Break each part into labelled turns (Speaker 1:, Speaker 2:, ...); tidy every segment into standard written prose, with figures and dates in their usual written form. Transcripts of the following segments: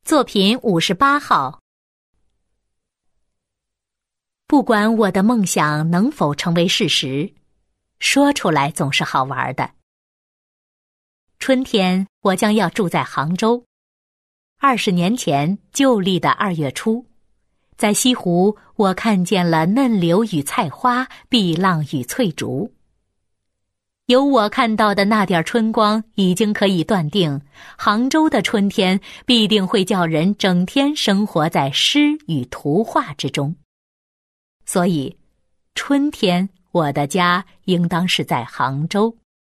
Speaker 1: 作品58号。不管我的梦想能否成为事实，说出来总是好玩的。春天，我将要住在杭州。20年前旧历的2月初，在西湖，我看见了嫩柳与菜花，碧浪与翠竹。由我看到的那点春光，已经可以断定，杭州的春天必定会叫人整天生活在诗与图画之中。所以，春天我的家应当是在杭州。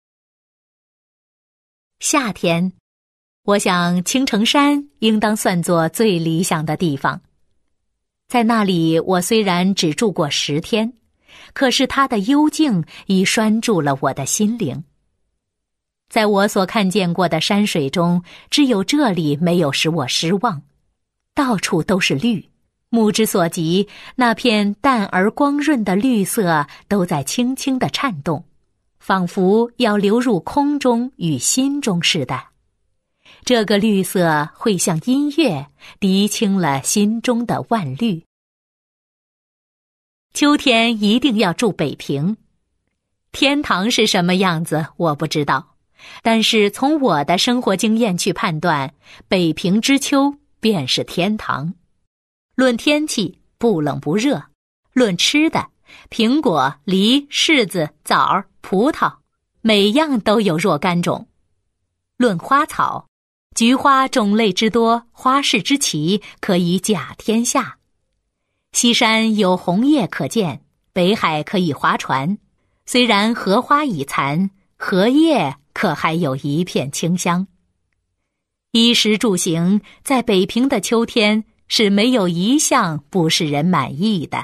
Speaker 1: 夏天，我想青城山应当算作最理想的地方。在那里，我虽然只住过10天，可是它的幽静已拴住了我的心灵。在我所看见过的山水中，只有这里没有使我失望，到处都是绿，目之所及，那片淡而光润的绿色都在轻轻地颤动，仿佛要流入空中与心中似的。这个绿色会像音乐，涤清了心中的万虑。秋天一定要住北平。天堂是什么样子我不知道，但是从我的生活经验去判断，北平之秋便是天堂。论天气，不冷不热；论吃的，苹果、梨、柿子、枣、葡萄，每样都有若干种。论花草，菊花种类之多，花式之齐，可以甲天下。西山有红叶可见，北海可以划船，虽然荷花已残，荷叶可还有一片清香。衣食住行，在北平的秋天是没有一项不使人满意的。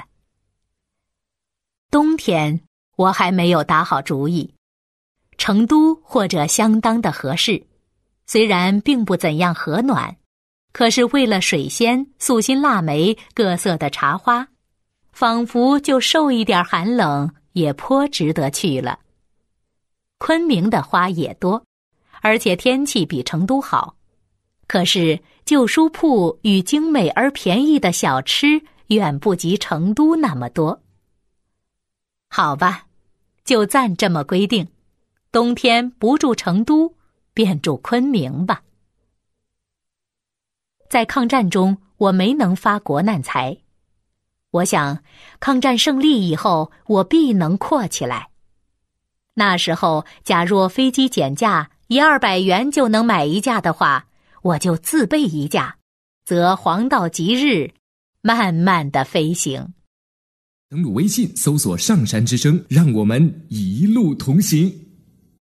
Speaker 1: 冬天我还没有打好主意，成都或者相当的合适，虽然并不怎样和暖，可是为了水仙、素心腊梅、各色的茶花，仿佛就受一点寒冷也颇值得去了。昆明的花也多，而且天气比成都好，可是旧书铺与精美而便宜的小吃远不及成都那么多。好吧，就暂这么规定，冬天不住成都，便住昆明吧。在抗战中，我没能发国难财。我想，抗战胜利以后，我必能阔起来。那时候，假若飞机减价100-200元就能买一架的话，我就自备一架，则黄道吉日，慢慢的飞行。
Speaker 2: 登录微信，搜索上山之声，让我们一路同行。